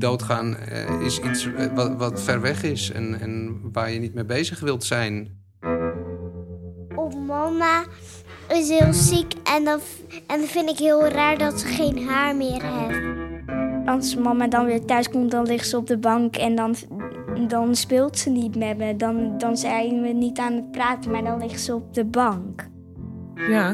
Doodgaan is iets wat ver weg is en waar je niet mee bezig wilt zijn. Mama is heel ziek en dan vind ik heel raar dat ze geen haar meer heeft. Als mama dan weer thuis komt, dan ligt ze op de bank en dan speelt ze niet met me. Dan zijn we niet aan het praten, maar dan ligt ze op de bank. Ja.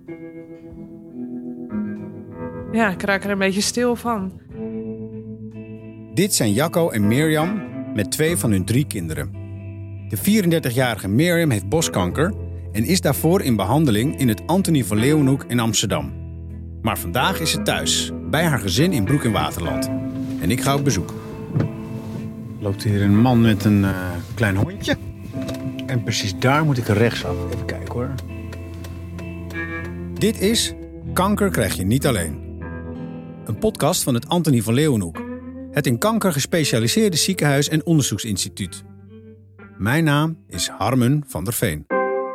Ja, ik raak er een beetje stil van. Dit zijn Jacco en Mirjam met 2 van hun 3 kinderen. De 34-jarige Mirjam heeft borstkanker en is daarvoor in behandeling in het Antonie van Leeuwenhoek in Amsterdam. Maar vandaag is ze thuis, bij haar gezin in Broek in Waterland. En ik ga op bezoek. Loopt hier een man met een klein hondje. En precies daar moet ik rechtsaf. Even kijken hoor. Dit is Kanker krijg je niet alleen. Een podcast van het Antonie van Leeuwenhoek. Het in kanker gespecialiseerde ziekenhuis en onderzoeksinstituut. Mijn naam is Harmen van der Veen.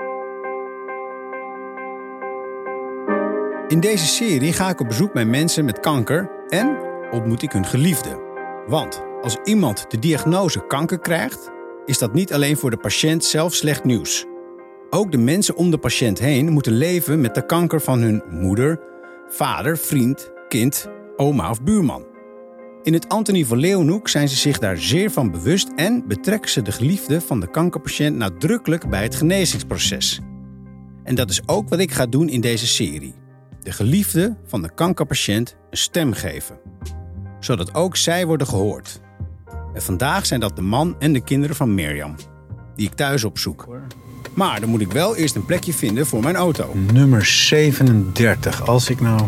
In deze serie ga ik op bezoek bij mensen met kanker en ontmoet ik hun geliefden. Want als iemand de diagnose kanker krijgt, is dat niet alleen voor de patiënt zelf slecht nieuws. Ook de mensen om de patiënt heen moeten leven met de kanker van hun moeder, vader, vriend, kind, oma of buurman. In het Antonie van Leeuwenhoek zijn ze zich daar zeer van bewust en betrekken ze de geliefde van de kankerpatiënt nadrukkelijk bij het genezingsproces. En dat is ook wat ik ga doen in deze serie. De geliefde van de kankerpatiënt een stem geven. Zodat ook zij worden gehoord. En vandaag zijn dat de man en de kinderen van Mirjam, die ik thuis opzoek. Maar dan moet ik wel eerst een plekje vinden voor mijn auto. Nummer 37. Als ik nou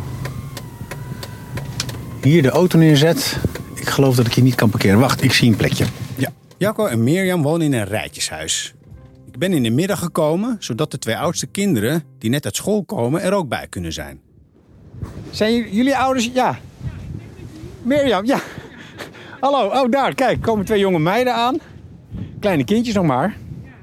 hier de auto neerzet, ik geloof dat ik hier niet kan parkeren. Wacht, ik zie een plekje. Ja. Jacco en Mirjam wonen in een rijtjeshuis. Ik ben in de middag gekomen, zodat de 2 oudste kinderen, die net uit school komen, er ook bij kunnen zijn. Zijn jullie ouders? Ja. Mirjam, ja. Hallo, oh daar, kijk, komen 2 jonge meiden aan. Kleine kindjes nog maar.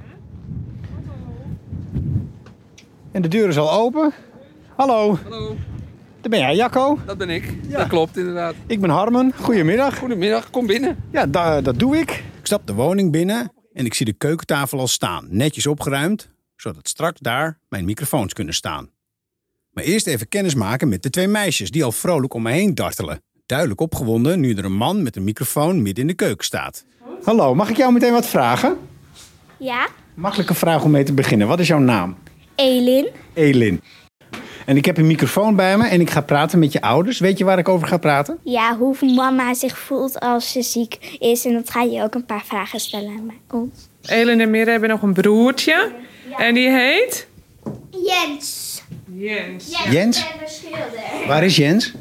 En de deur is al open. Hallo. Hallo. Daar ben jij, Jacco? Dat ben ik. Ja. Dat klopt inderdaad. Ik ben Harmen. Goedemiddag. Goedemiddag, kom binnen. Ja, dat doe ik. Ik stap de woning binnen en ik zie de keukentafel al staan. Netjes opgeruimd, zodat straks daar mijn microfoons kunnen staan. Maar eerst even kennis maken met de 2 meisjes die al vrolijk om me heen dartelen. Duidelijk opgewonden nu er een man met een microfoon midden in de keuken staat. Hallo, mag ik jou meteen wat vragen? Ja? Makkelijke vraag om mee te beginnen. Wat is jouw naam? Elin. Elin. En ik heb een microfoon bij me en ik ga praten met je ouders. Weet je waar ik over ga praten? Ja, hoe mama zich voelt als ze ziek is. En dan ga je ook een paar vragen stellen aan ons. Elin en Mirre hebben nog een broertje. Ja. En die heet? Jens. Jens? Waar is Jens?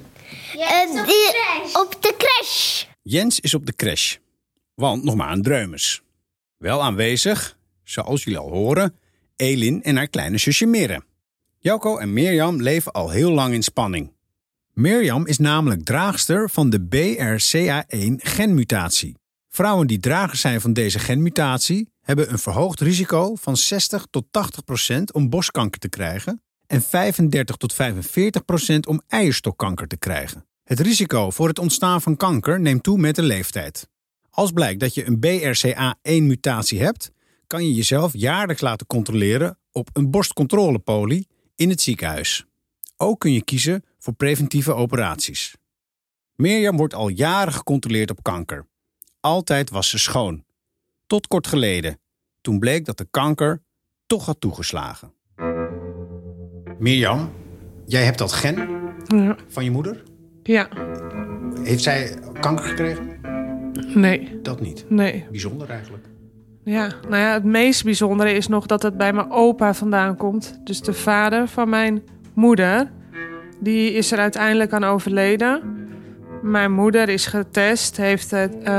Op de crash. Jens is op de crash. Want nog maar een dreumes. Wel aanwezig, zoals jullie al horen, Elin en haar kleine zusje Mirre. Jacco en Mirjam leven al heel lang in spanning. Mirjam is namelijk draagster van de BRCA1-genmutatie. Vrouwen die drager zijn van deze genmutatie hebben een verhoogd risico van 60 tot 80% om borstkanker te krijgen en 35 tot 45% om eierstokkanker te krijgen. Het risico voor het ontstaan van kanker neemt toe met de leeftijd. Als blijkt dat je een BRCA1-mutatie hebt, kan je jezelf jaarlijks laten controleren op een borstcontrolepolie in het ziekenhuis. Ook kun je kiezen voor preventieve operaties. Mirjam wordt al jaren gecontroleerd op kanker. Altijd was ze schoon. Tot kort geleden, toen bleek dat de kanker toch had toegeslagen. Mirjam, jij hebt dat gen van je moeder? Ja. Heeft zij kanker gekregen? Nee. Dat niet? Nee. Bijzonder eigenlijk. Ja, nou ja, het meest bijzondere is nog dat het bij mijn opa vandaan komt. Dus de vader van mijn moeder. Die is er uiteindelijk aan overleden. Mijn moeder is getest, heeft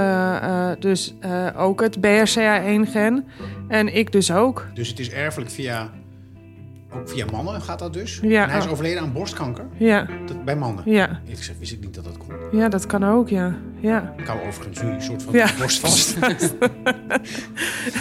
ook het BRCA1-gen. En ik dus ook. Dus het is erfelijk via mannen gaat dat dus? Ja. En hij is overleden aan borstkanker? Ja. Bij mannen? Ja. Eerlijk gezegd wist ik niet dat dat kon. Ja, dat kan ook, ja. Ja. Ik hou overigens nu een soort van borst vast.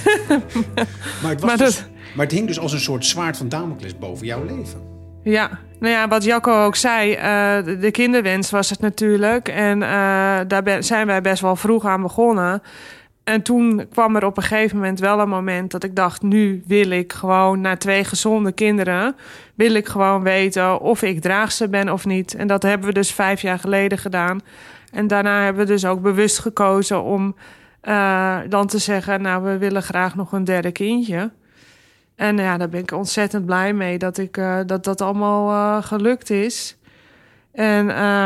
Maar het hing dus als een soort zwaard van Damocles boven jouw leven. Ja, Nou ja, wat Jacco ook zei, de kinderwens was het natuurlijk. En daar zijn wij best wel vroeg aan begonnen. En toen kwam er op een gegeven moment wel een moment dat ik dacht... nu wil ik gewoon naar 2 gezonde kinderen... wil ik gewoon weten of ik draagster ben of niet. En dat hebben we dus 5 jaar geleden gedaan. En daarna hebben we dus ook bewust gekozen om dan te zeggen... nou, we willen graag nog een 3e kindje. En ja, daar ben ik ontzettend blij mee dat allemaal gelukt is. En,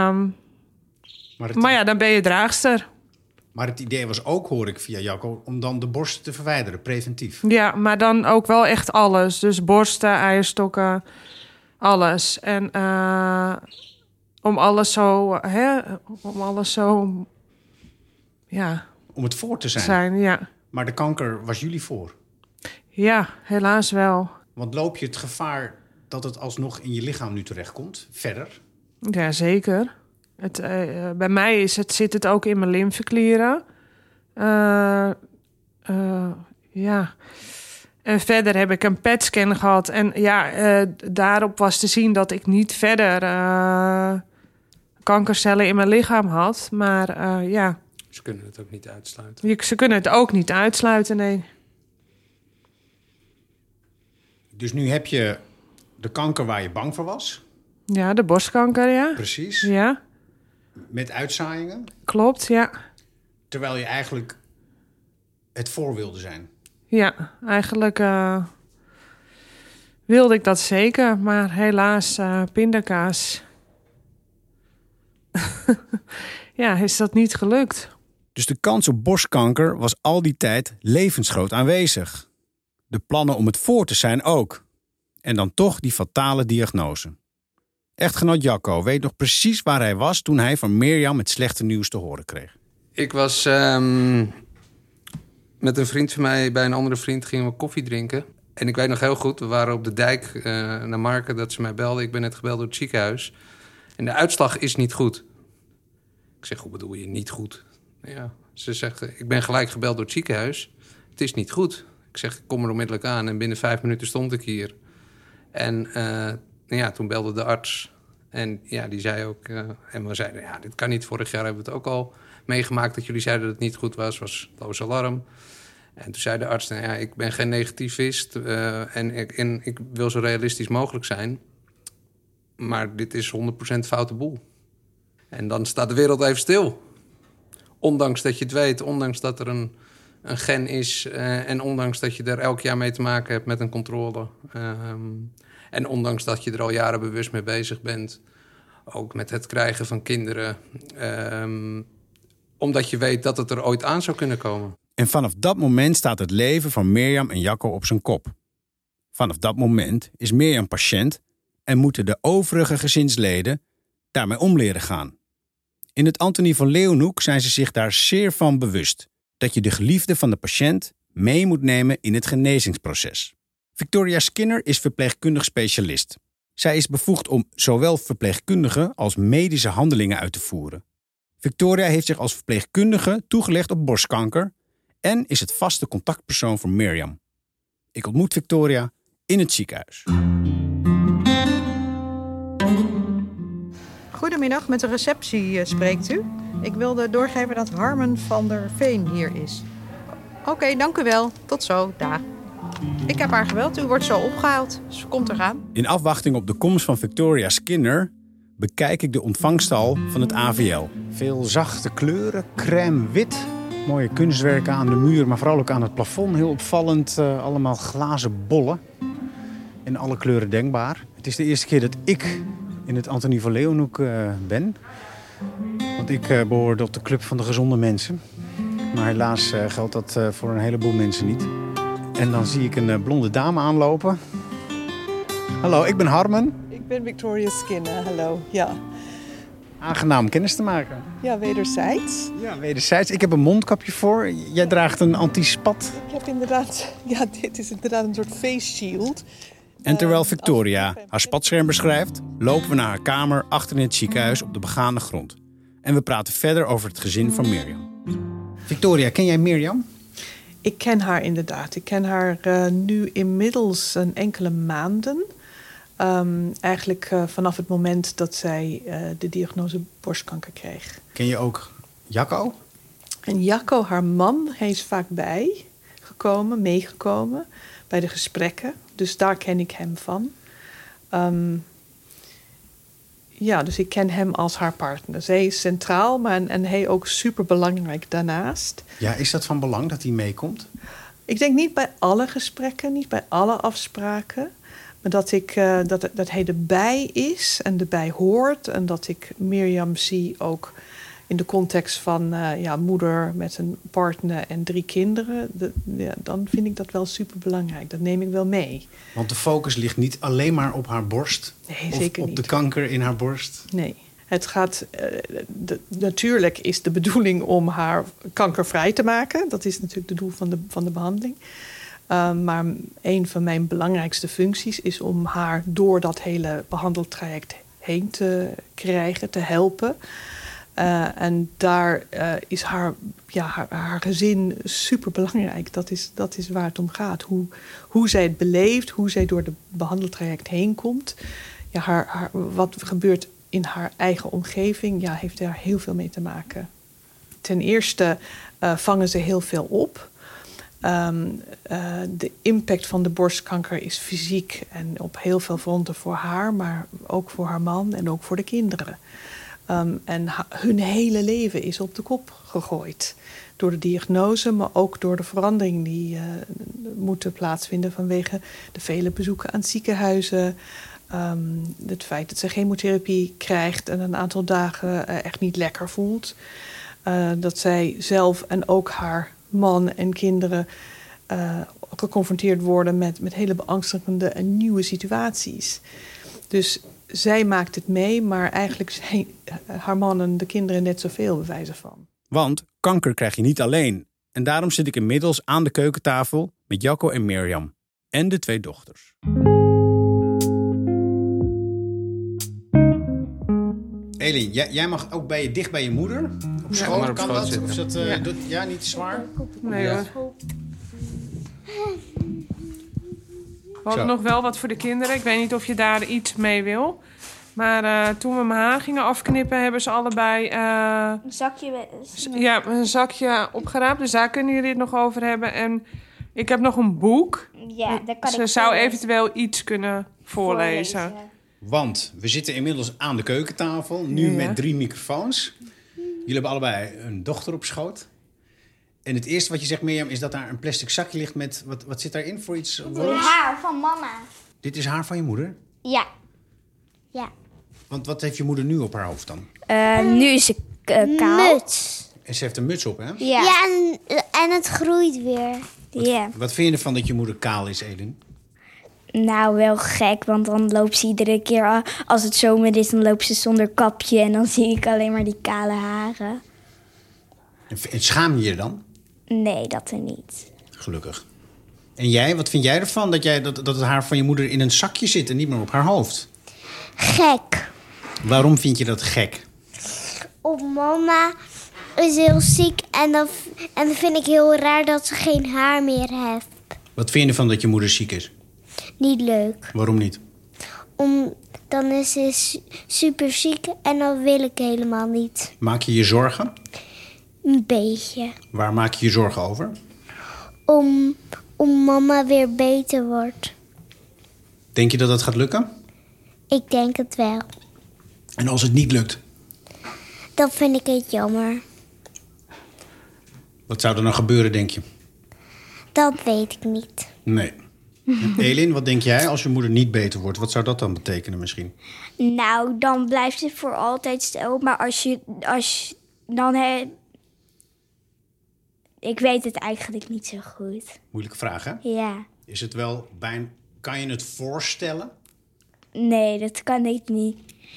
maar ja, dan ben je draagster. Maar het idee was ook, hoor ik via Jacco, om dan de borsten te verwijderen, preventief. Ja, maar dan ook wel echt alles. Dus borsten, eierstokken, alles. En om alles zo... Ja. Om het voor te zijn. Ja. Maar de kanker was jullie voor? Ja, helaas wel. Want loop je het gevaar dat het alsnog in je lichaam nu terechtkomt, verder? Ja, zeker. Bij mij zit het ook in mijn lymfeklieren. Ja. En verder heb ik een PET-scan gehad. En ja, daarop was te zien dat ik niet verder kankercellen in mijn lichaam had. Maar ja. Ze kunnen het ook niet uitsluiten. Ze kunnen het ook niet uitsluiten, nee. Dus nu heb je de kanker waar je bang voor was? Ja, de borstkanker, ja. Precies. Ja. Met uitzaaiingen? Klopt, ja. Terwijl je eigenlijk het voor wilde zijn? Ja, eigenlijk wilde ik dat zeker. Maar helaas, pindakaas. Ja, is dat niet gelukt. Dus de kans op borstkanker was al die tijd levensgroot aanwezig. De plannen om het voor te zijn ook. En dan toch die fatale diagnose. Echtgenoot Jacco weet nog precies waar hij was toen hij van Mirjam het slechte nieuws te horen kreeg. Ik was met een vriend van mij bij een andere vriend gingen we koffie drinken. En ik weet nog heel goed, we waren op de dijk naar Marken dat ze mij belde. Ik ben net gebeld door het ziekenhuis. En de uitslag is niet goed. Ik zeg, hoe bedoel je niet goed? Ja, ze zegt, ik ben gelijk gebeld door het ziekenhuis. Het is niet goed. Ik zeg, ik kom er onmiddellijk aan en binnen 5 minuten stond ik hier. En ja, toen belde de arts. En ja, die zei ook... en we zeiden, ja, dit kan niet. Vorig jaar hebben we het ook al meegemaakt dat jullie zeiden dat het niet goed was. Was loos alarm. En toen zei de arts, nou ja, ik ben geen negativist. En ik wil zo realistisch mogelijk zijn. Maar dit is 100% foute boel. En dan staat de wereld even stil. Ondanks dat je het weet, ondanks dat er een gen is... en ondanks dat je er elk jaar mee te maken hebt met een controle... en ondanks dat je er al jaren bewust mee bezig bent... ook met het krijgen van kinderen... omdat je weet dat het er ooit aan zou kunnen komen. En vanaf dat moment staat het leven van Mirjam en Jacco op zijn kop. Vanaf dat moment is Mirjam patiënt... en moeten de overige gezinsleden daarmee om leren gaan. In het Antonie van Leeuwenhoek zijn ze zich daar zeer van bewust... dat je de geliefde van de patiënt mee moet nemen in het genezingsproces. Victoria Skinner is verpleegkundig specialist. Zij is bevoegd om zowel verpleegkundige als medische handelingen uit te voeren. Victoria heeft zich als verpleegkundige toegelegd op borstkanker... en is het vaste contactpersoon voor Mirjam. Ik ontmoet Victoria in het ziekenhuis. Goedemiddag, met de receptie spreekt u. Ik wilde doorgeven dat Harmen van der Veen hier is. Oké, dank u wel. Tot zo, dag. Ik heb haar gebeld, u wordt zo opgehaald. Ze komt eraan. In afwachting op de komst van Victoria Skinner... bekijk ik de ontvangsthal van het AVL. Veel zachte kleuren, crème wit. Mooie kunstwerken aan de muur, maar vooral ook aan het plafond. Heel opvallend, allemaal glazen bollen. In alle kleuren denkbaar. Het is de eerste keer dat ik in het Antonie van Leeuwenhoek ben. Want ik behoor tot de club van de gezonde mensen. Maar helaas geldt dat voor een heleboel mensen niet. En dan zie ik een blonde dame aanlopen. Hallo, ik ben Harmen. Ik ben Victoria Skinner, hallo. Ja. Aangenaam kennis te maken. Ja, wederzijds. Ja, wederzijds. Ik heb een mondkapje voor. Jij draagt een anti-spat. Ik heb inderdaad... Ja, dit is inderdaad een soort face shield. En terwijl Victoria haar spatscherm beschrijft... lopen we naar haar kamer achter in het ziekenhuis op de begane grond. En we praten verder over het gezin van Mirjam. Victoria, ken jij Mirjam? Ik ken haar inderdaad. Ik ken haar nu inmiddels een enkele maanden. Eigenlijk vanaf het moment dat zij de diagnose borstkanker kreeg. Ken je ook Jacco? En Jacco, haar man, hij is vaak meegekomen bij de gesprekken. Dus daar ken ik hem van. Dus ik ken hem als haar partner. Zij is centraal, en hij ook superbelangrijk daarnaast. Ja, is dat van belang dat hij meekomt? Ik denk niet bij alle gesprekken, niet bij alle afspraken. Maar dat hij erbij is en erbij hoort. En dat ik Mirjam zie ook in de context van moeder met een partner en 3 kinderen. Dan vind ik dat wel superbelangrijk. Dat neem ik wel mee. Want de focus ligt niet alleen maar op haar borst? Nee, zeker of op niet. de kanker in haar borst? Nee. Het gaat, natuurlijk is de bedoeling om haar kankervrij te maken. Dat is natuurlijk het doel van de behandeling. Maar een van mijn belangrijkste functies is om haar door dat hele behandeltraject heen te krijgen, te helpen. En daar is haar gezin superbelangrijk. Dat is waar het om gaat. Hoe zij het beleeft, hoe zij door het behandeltraject heen komt. Ja, wat gebeurt in haar eigen omgeving, heeft daar heel veel mee te maken. Ten eerste vangen ze heel veel op. De impact van de borstkanker is fysiek en op heel veel fronten voor haar, maar ook voor haar man en ook voor de kinderen. En hun hele leven is op de kop gegooid. Door de diagnose, maar ook door de verandering die moeten plaatsvinden vanwege de vele bezoeken aan ziekenhuizen. Het feit dat ze chemotherapie krijgt en een aantal dagen echt niet lekker voelt. Dat zij zelf en ook haar man en kinderen geconfronteerd worden met hele beangstigende en nieuwe situaties. Dus zij maakt het mee, maar eigenlijk zijn haar man en de kinderen net zoveel bewijzen van. Want kanker krijg je niet alleen. En daarom zit ik inmiddels aan de keukentafel met Jacco en Mirjam. En de 2 dochters. Elin, jij mag ook dicht bij je moeder. Op schoot, maar op kan schoot dat? zitten. Of is dat niet te zwaar? Nee Ja. hoor. We hadden nog wel wat voor de kinderen. Ik weet niet of je daar iets mee wil. Maar toen we mijn haar gingen afknippen, hebben ze allebei Een zakje. een zakje opgeraapt. Dus daar kunnen jullie het nog over hebben. En ik heb nog een boek. Ja, daar kan Ze ik zou voorlezen. eventueel iets kunnen voorlezen. Want we zitten inmiddels aan de keukentafel. Nu Ja. met 3 microfoons. Jullie hebben allebei een dochter op schoot. En het eerste wat je zegt, Mirjam, is dat daar een plastic zakje ligt met... Wat zit daarin voor iets? Het haar van mama. Dit is haar van je moeder? Ja. Ja. Want wat heeft je moeder nu op haar hoofd dan? Nu is ze kaal. Muts. En ze heeft een muts op, hè? Ja. Ja, en het groeit weer. Ja. Wat vind je ervan dat je moeder kaal is, Elin? Nou, wel gek, want dan loopt ze iedere keer... Als het zomer is, dan loopt ze zonder kapje... en dan zie ik alleen maar die kale haren. En schaam je je dan? Nee, dat er niet. Gelukkig. En jij, wat vind jij ervan dat het haar van je moeder in een zakje zit... en niet meer op haar hoofd? Gek. Waarom vind je dat gek? Mama is heel ziek en dan vind ik heel raar dat ze geen haar meer heeft. Wat vind je ervan dat je moeder ziek is? Niet leuk. Waarom niet? Dan is ze super ziek en dat wil ik helemaal niet. Maak je je zorgen? Een beetje. Waar maak je je zorgen over? Om mama weer beter wordt. Denk je dat dat gaat lukken? Ik denk het wel. En als het niet lukt, Dan vind ik het jammer. wat zou er dan gebeuren, denk je? Dat weet ik niet. Nee. En Elin, wat denk jij als je moeder niet beter wordt? Wat zou dat dan betekenen misschien? Nou, dan blijft het voor altijd stil. Maar als je dan... Ik weet het eigenlijk niet zo goed. Moeilijke vraag, hè? Ja. Is het wel kan je het voorstellen? Nee, dat kan ik niet.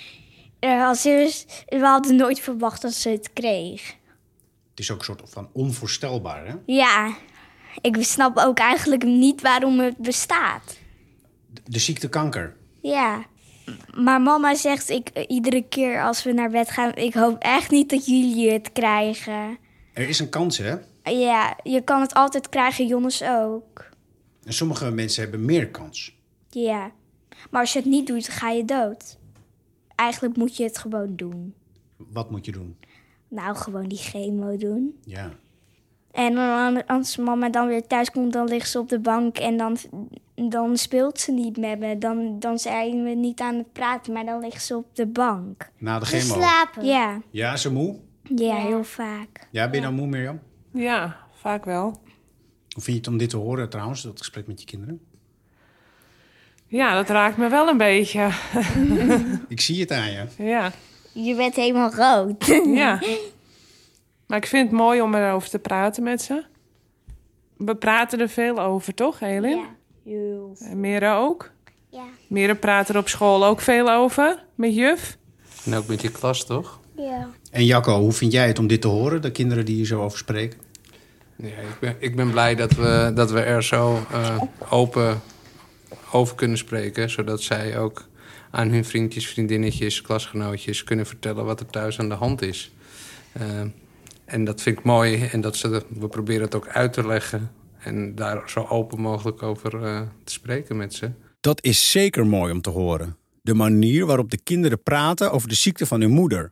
We hadden nooit verwacht dat ze het kreeg. Het is ook een soort van onvoorstelbaar, hè? Ja, ik snap ook eigenlijk niet waarom het bestaat. De ziekte kanker. Ja, maar mama zegt iedere keer als we naar bed gaan... ik hoop echt niet dat jullie het krijgen. Er is een kans, hè? Ja, je kan het altijd krijgen, Jonas ook. En sommige mensen hebben meer kans. Ja, Maar als je het niet doet, dan ga je dood. Eigenlijk moet je het gewoon doen. Wat moet je doen? Nou, gewoon die chemo doen. Ja. En als mama dan weer thuis komt, dan ligt ze op de bank en dan speelt ze niet met me. Dan zijn we niet aan het praten, maar dan ligt ze op de bank. Na de Te chemo? slapen. Ja, Ja, is ze moe? ja, heel vaak. Ja, ben je nou moe, Mirjam? Ja, vaak wel. Hoe vind je het om dit te horen trouwens, dat gesprek met je kinderen? Ja, dat raakt me wel een beetje. Ik zie het aan je. Ja, Je bent helemaal rood. ja. Maar ik vind het mooi om erover te praten met ze. We praten er veel over, toch, Elin? Ja, heel veel. En Mira ook? Ja. Mira praat er op school ook veel over, met juf. En ook met je klas, toch? Ja. En Jacco, hoe vind jij het om dit te horen, de kinderen die hier zo over spreken? Ja, ik ben blij dat we er zo open over kunnen spreken. Zodat zij ook aan hun vriendjes, vriendinnetjes, klasgenootjes kunnen vertellen wat er thuis aan de hand is. En dat vind ik mooi. En we proberen het ook uit te leggen. En daar zo open mogelijk over te spreken met ze. Dat is zeker mooi om te horen. De manier waarop de kinderen praten over de ziekte van hun moeder.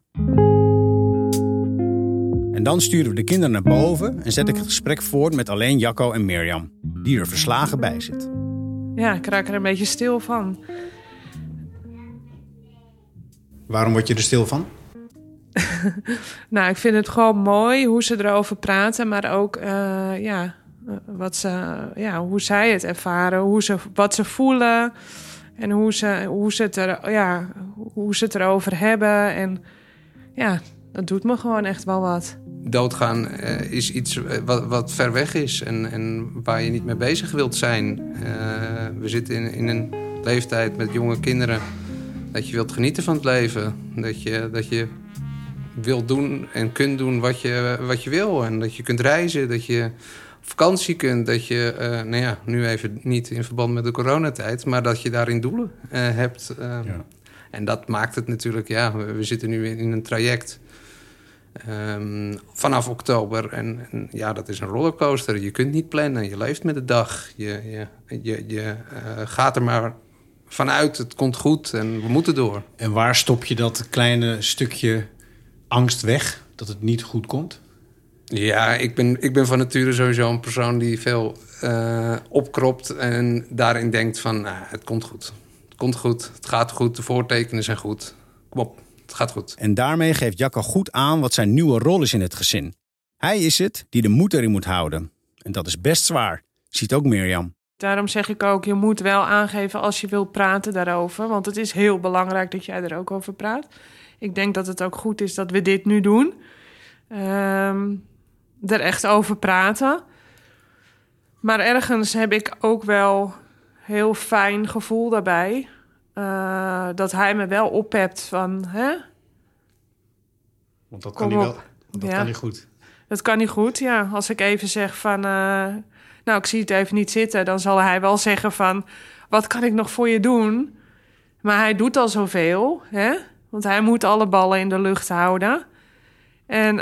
En dan sturen we de kinderen naar boven en zet ik het gesprek voort met alleen Jacco en Mirjam, die er verslagen bij zit. Ja, ik raak er een beetje stil van. Waarom word je er stil van? Nou, ik vind het gewoon mooi hoe ze erover praten, maar ook hoe zij het ervaren, wat ze voelen en hoe ze het erover hebben. En ja, dat doet me gewoon echt wel wat. Doodgaan is iets wat ver weg is en waar je niet mee bezig wilt zijn. We zitten in een leeftijd met jonge kinderen dat je wilt genieten van het leven. Dat je wilt doen en kunt doen wat je wil. En dat je kunt reizen, dat je op vakantie kunt. Dat je, nu even niet in verband met de coronatijd, maar dat je daarin doelen hebt. Ja. En dat maakt het natuurlijk, we zitten nu in een traject vanaf oktober. En dat is een rollercoaster. Je kunt niet plannen, je leeft met de dag. Je gaat er maar vanuit, het komt goed en we moeten door. En waar stop je dat kleine stukje angst weg, dat het niet goed komt? Ja, ik ben van nature sowieso een persoon die veel opkropt en daarin denkt van, het komt goed. Het komt goed, het gaat goed, de voortekenen zijn goed. Kom op, het gaat goed. En daarmee geeft Jacco goed aan wat zijn nieuwe rol is in het gezin. Hij is het die de moed erin moet houden. En dat is best zwaar, ziet ook Mirjam. Daarom zeg ik ook, je moet wel aangeven als je wilt praten daarover. Want het is heel belangrijk dat jij er ook over praat. Ik denk dat het ook goed is dat we dit nu doen. Er echt over praten. Maar ergens heb ik ook wel heel fijn gevoel daarbij. Dat hij me wel ophebt van, hè? Want dat Kom kan hij op. wel. Dat Ja. kan niet goed. Dat kan niet goed, ja. Als ik even zeg van, nou, ik zie het even niet zitten, dan zal hij wel zeggen van, wat kan ik nog voor je doen? Maar hij doet al zoveel, hè? Want hij moet alle ballen in de lucht houden. En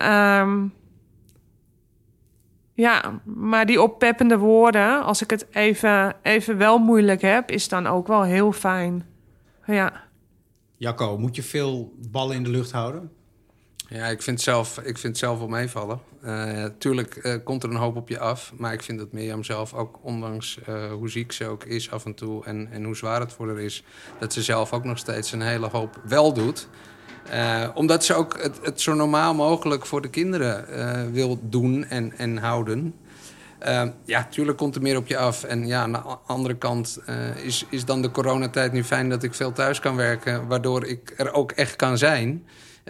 maar die oppeppende woorden, als ik het even wel moeilijk heb, is dan ook wel heel fijn. Ja. Jacco, moet je veel ballen in de lucht houden? Ja, ik vind het zelf wel meevallen. Tuurlijk komt er een hoop op je af. Maar ik vind dat Mirjam zelf ook, ondanks hoe ziek ze ook is af en toe en hoe zwaar het voor haar is, dat ze zelf ook nog steeds een hele hoop wel doet. Omdat ze ook het zo normaal mogelijk voor de kinderen wil doen en houden. Tuurlijk komt er meer op je af. En aan de andere kant is dan de coronatijd nu fijn dat ik veel thuis kan werken, waardoor ik er ook echt kan zijn.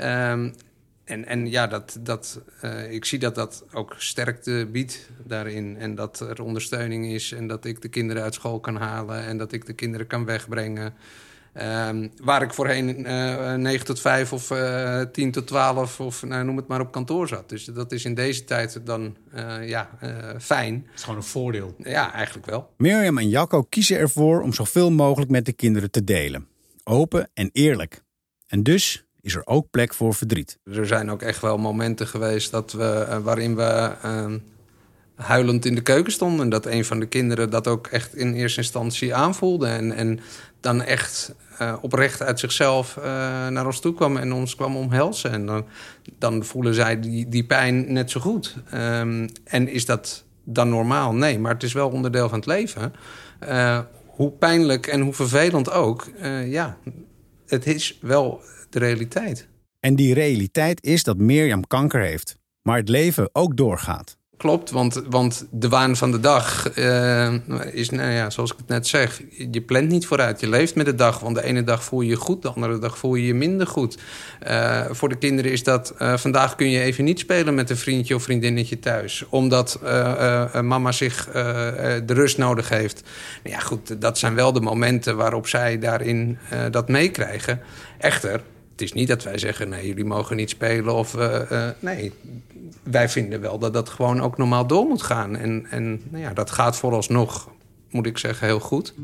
Ik zie dat ook sterkte biedt daarin. En dat er ondersteuning is en dat ik de kinderen uit school kan halen en dat ik de kinderen kan wegbrengen. Waar ik voorheen 9 tot 5 of 10 tot 12 of noem het maar op kantoor zat. Dus dat is in deze tijd dan fijn. Het is gewoon een voordeel. Ja, eigenlijk wel. Mirjam en Jacco kiezen ervoor om zoveel mogelijk met de kinderen te delen. Open en eerlijk. En dus is er ook plek voor verdriet. Er zijn ook echt wel momenten geweest waarin we huilend in de keuken stonden. En dat een van de kinderen dat ook echt in eerste instantie aanvoelde. En dan echt oprecht uit zichzelf naar ons toe kwam en ons kwam omhelzen. En dan voelen zij die pijn net zo goed. En is dat dan normaal? Nee, maar het is wel onderdeel van het leven. Hoe pijnlijk en hoe vervelend ook. Het is wel de realiteit. En die realiteit is dat Mirjam kanker heeft. Maar het leven ook doorgaat. Klopt, want de waan van de dag is, zoals ik het net zeg... je plant niet vooruit, je leeft met de dag. Want de ene dag voel je je goed, de andere dag voel je je minder goed. Voor de kinderen is dat... vandaag kun je even niet spelen met een vriendje of vriendinnetje thuis. Omdat mama zich de rust nodig heeft. Nou ja, goed, dat zijn wel de momenten waarop zij daarin dat meekrijgen. Echter... Het is niet dat wij zeggen, nee, jullie mogen niet spelen. Of nee, wij vinden wel dat dat gewoon ook normaal door moet gaan. En dat gaat vooralsnog, moet ik zeggen, heel goed.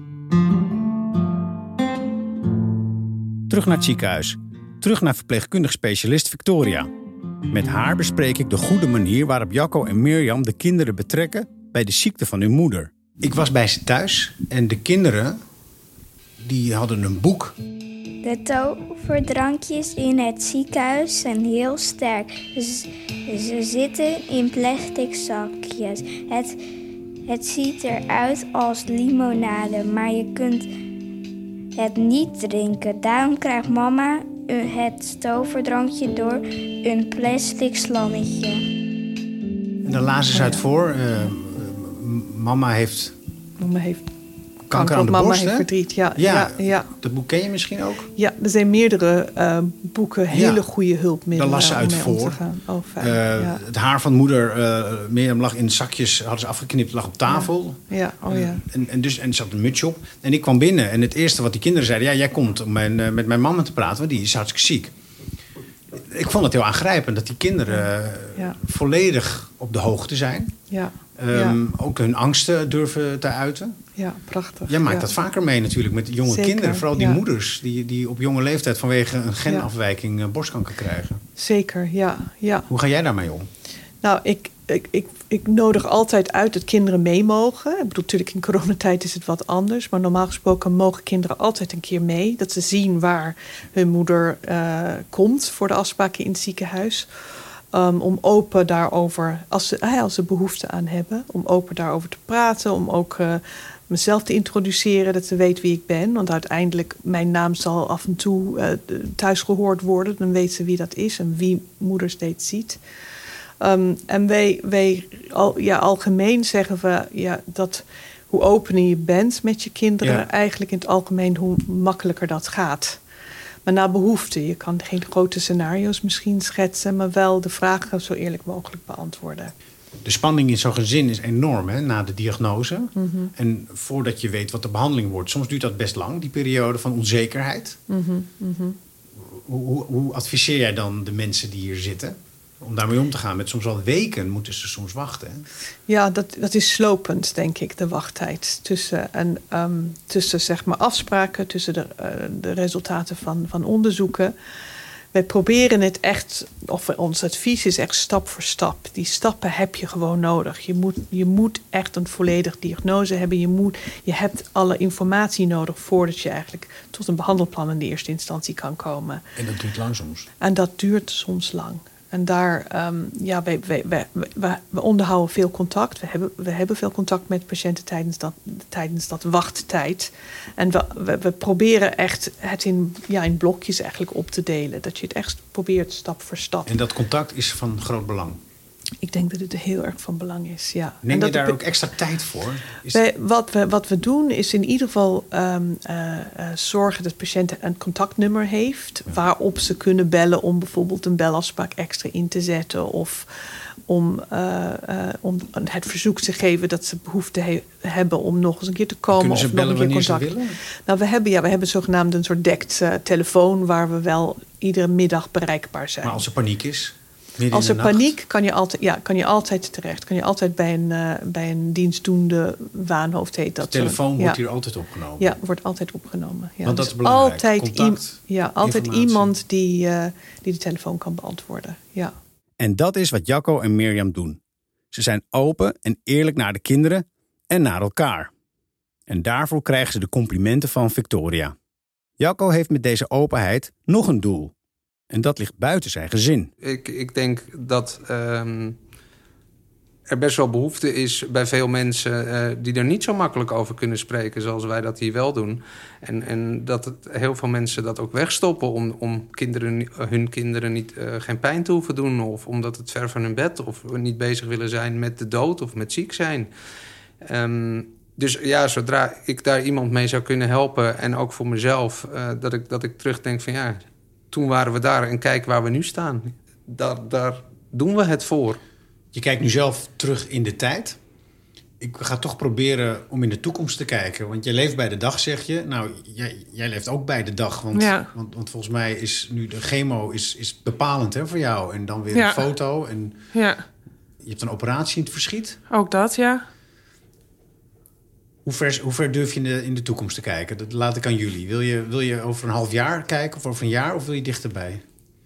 Terug naar het ziekenhuis. Terug naar verpleegkundig specialist Victoria. Met haar bespreek ik de goede manier waarop Jacco en Mirjam de kinderen betrekken bij de ziekte van hun moeder. Ik was bij ze thuis en de kinderen die hadden een boek. De toverdrankjes in het ziekenhuis zijn heel sterk. Ze zitten in plastic zakjes. Het ziet eruit als limonade, maar je kunt het niet drinken. Daarom krijgt mama het toverdrankje door een plastic slangetje. En dan lazen ze uit voor. Mama heeft kanker aan de mama borst, heeft hè? verdriet, ja. Dat boek ken je misschien ook? Ja, er zijn meerdere boeken, hele goede hulpmiddelen. Daar las ze uit om mee om voor. te gaan. Oh, fijn. Het haar van moeder, Mirjam lag in zakjes, hadden ze afgeknipt, lag op tafel. Ja. En er zat een mutsje op. En ik kwam binnen en het eerste wat die kinderen zeiden... jij komt om met mijn mama te praten, want die is hartstikke ziek. Ik vond het heel aangrijpend dat die kinderen volledig op de hoogte zijn. Ja. Ook hun angsten durven te uiten. Ja, prachtig. Jij maakt dat vaker mee natuurlijk met jonge kinderen. Vooral die moeders die op jonge leeftijd vanwege een genafwijking borstkanker krijgen. Zeker, ja. Hoe ga jij daarmee om? Nou, ik nodig altijd uit dat kinderen mee mogen. Ik bedoel, natuurlijk in coronatijd is het wat anders. Maar normaal gesproken mogen kinderen altijd een keer mee. Dat ze zien waar hun moeder komt voor de afspraken in het ziekenhuis. Om open daarover, als ze behoefte aan hebben... om open daarover te praten, om ook mezelf te introduceren... dat ze weet wie ik ben. Want uiteindelijk, mijn naam zal af en toe thuis gehoord worden. Dan weet ze wie dat is en wie moeder steeds ziet. En wij algemeen zeggen we dat hoe opener je bent met je kinderen... eigenlijk in het algemeen hoe makkelijker dat gaat... Maar naar behoefte. Je kan geen grote scenario's misschien schetsen... maar wel de vragen zo eerlijk mogelijk beantwoorden. De spanning in zo'n gezin is enorm, hè, na de diagnose. Mm-hmm. En voordat je weet wat de behandeling wordt... soms duurt dat best lang, die periode van onzekerheid. Mm-hmm. Mm-hmm. Hoe adviseer jij dan de mensen die hier zitten... om daarmee om te gaan? Met soms wel weken moeten ze soms wachten. Hè? Ja, dat is slopend, denk ik, de wachttijd. Tussen zeg maar afspraken, tussen de resultaten van onderzoeken. Wij proberen het echt, of ons advies is echt stap voor stap. Die stappen heb je gewoon nodig. Je moet echt een volledige diagnose hebben. Je hebt alle informatie nodig voordat je eigenlijk tot een behandelplan in de eerste instantie kan komen. En dat duurt lang soms. En dat duurt soms lang. En daar, we onderhouden veel contact. We hebben veel contact met patiënten tijdens dat wachttijd. En we proberen echt het in blokjes eigenlijk op te delen. Dat je het echt probeert stap voor stap. En dat contact is van groot belang? Ik denk dat het heel erg van belang is, ja. Neem je daar ook extra tijd voor? Wat we doen is in ieder geval zorgen dat de patiënt een contactnummer heeft... waarop ze kunnen bellen om bijvoorbeeld een belafspraak extra in te zetten... of om het verzoek te geven dat ze behoefte hebben om nog eens een keer te komen. Kunnen ze of bellen nog een keer wanneer contact. ze willen? Nou, we hebben zogenaamd een soort dekt telefoon... waar we wel iedere middag bereikbaar zijn. Maar als er paniek is? Als er paniek kan je altijd terecht. Kan je altijd bij een dienstdoende waanhoofd heet dat. De telefoon wordt hier altijd opgenomen? Ja, wordt altijd opgenomen. Ja. Want dat is belangrijk. Altijd iemand die de telefoon kan beantwoorden. Ja. En dat is wat Jacco en Mirjam doen. Ze zijn open en eerlijk naar de kinderen en naar elkaar. En daarvoor krijgen ze de complimenten van Victoria. Jacco heeft met deze openheid nog een doel. En dat ligt buiten zijn gezin. Ik denk dat er best wel behoefte is bij veel mensen die er niet zo makkelijk over kunnen spreken zoals wij dat hier wel doen. En dat heel veel mensen dat ook wegstoppen om hun kinderen niet, geen pijn te hoeven doen. Of omdat het ver van hun bed of niet bezig willen zijn met de dood of met ziek zijn. Dus ja, zodra ik daar iemand mee zou kunnen helpen en ook voor mezelf, dat ik terugdenk van ja, toen waren we daar en kijk waar we nu staan. Daar doen we het voor. Je kijkt nu zelf terug in de tijd. Ik ga toch proberen om in de toekomst te kijken. Want je leeft bij de dag, zeg je. Nou, jij leeft ook bij de dag. Want volgens mij is nu de chemo is bepalend hè, voor jou. En dan weer een foto. En je hebt een operatie in het verschiet. Ook dat, ja. Hoe ver durf je in de toekomst te kijken? Dat laat ik aan jullie. Wil je over een half jaar kijken of over een jaar? Of wil je dichterbij?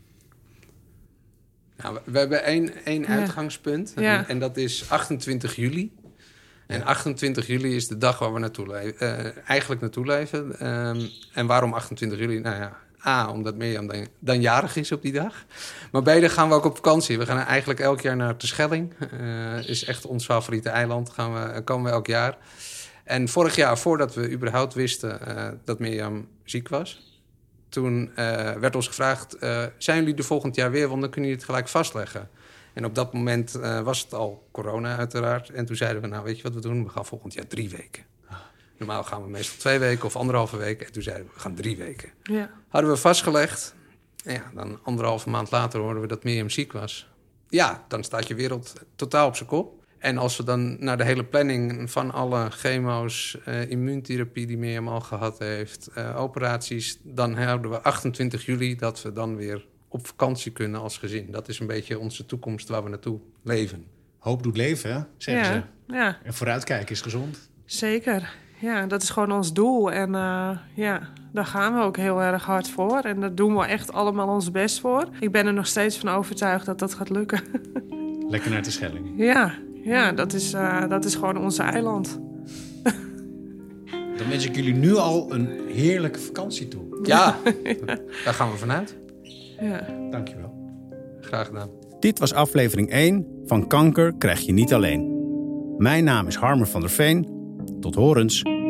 Nou, we hebben één uitgangspunt. Ja. En dat is 28 juli. En 28 juli is de dag waar we naartoe leven. En waarom 28 juli? Nou ja, A, omdat Mirjam dan jarig is op die dag. Maar B, dan gaan we ook op vakantie. We gaan eigenlijk elk jaar naar Terschelling. Is echt ons favoriete eiland. Komen we elk jaar. En vorig jaar, voordat we überhaupt wisten dat Mirjam ziek was, toen werd ons gevraagd, zijn jullie er volgend jaar weer? Want dan kunnen jullie het gelijk vastleggen. En op dat moment was het al corona uiteraard. En toen zeiden we, nou weet je wat we doen? We gaan volgend jaar 3 weken. Normaal gaan we meestal 2 weken of 1,5 week. En toen zeiden we, we gaan 3 weken. Ja. Hadden we vastgelegd. En ja, dan 1,5 maand later hoorden we dat Mirjam ziek was. Ja, dan staat je wereld totaal op zijn kop. En als we dan naar de hele planning van alle chemo's, immuuntherapie die Mirjam al gehad heeft, operaties, dan houden we 28 juli dat we dan weer op vakantie kunnen als gezin. Dat is een beetje onze toekomst waar we naartoe leven. Hoop doet leven, hè? Zeggen ze. Ja. En vooruitkijken is gezond. Zeker. Ja, dat is gewoon ons doel. En daar gaan we ook heel erg hard voor. En daar doen we echt allemaal ons best voor. Ik ben er nog steeds van overtuigd dat dat gaat lukken. Lekker naar Terschelling. Ja, dat is gewoon onze eiland. Dan wens ik jullie nu al een heerlijke vakantie toe. Ja, daar gaan we vanuit. Ja. Dankjewel. Graag gedaan. Dit was aflevering 1 van Kanker krijg je niet alleen. Mijn naam is Harmer van der Veen. Tot horens.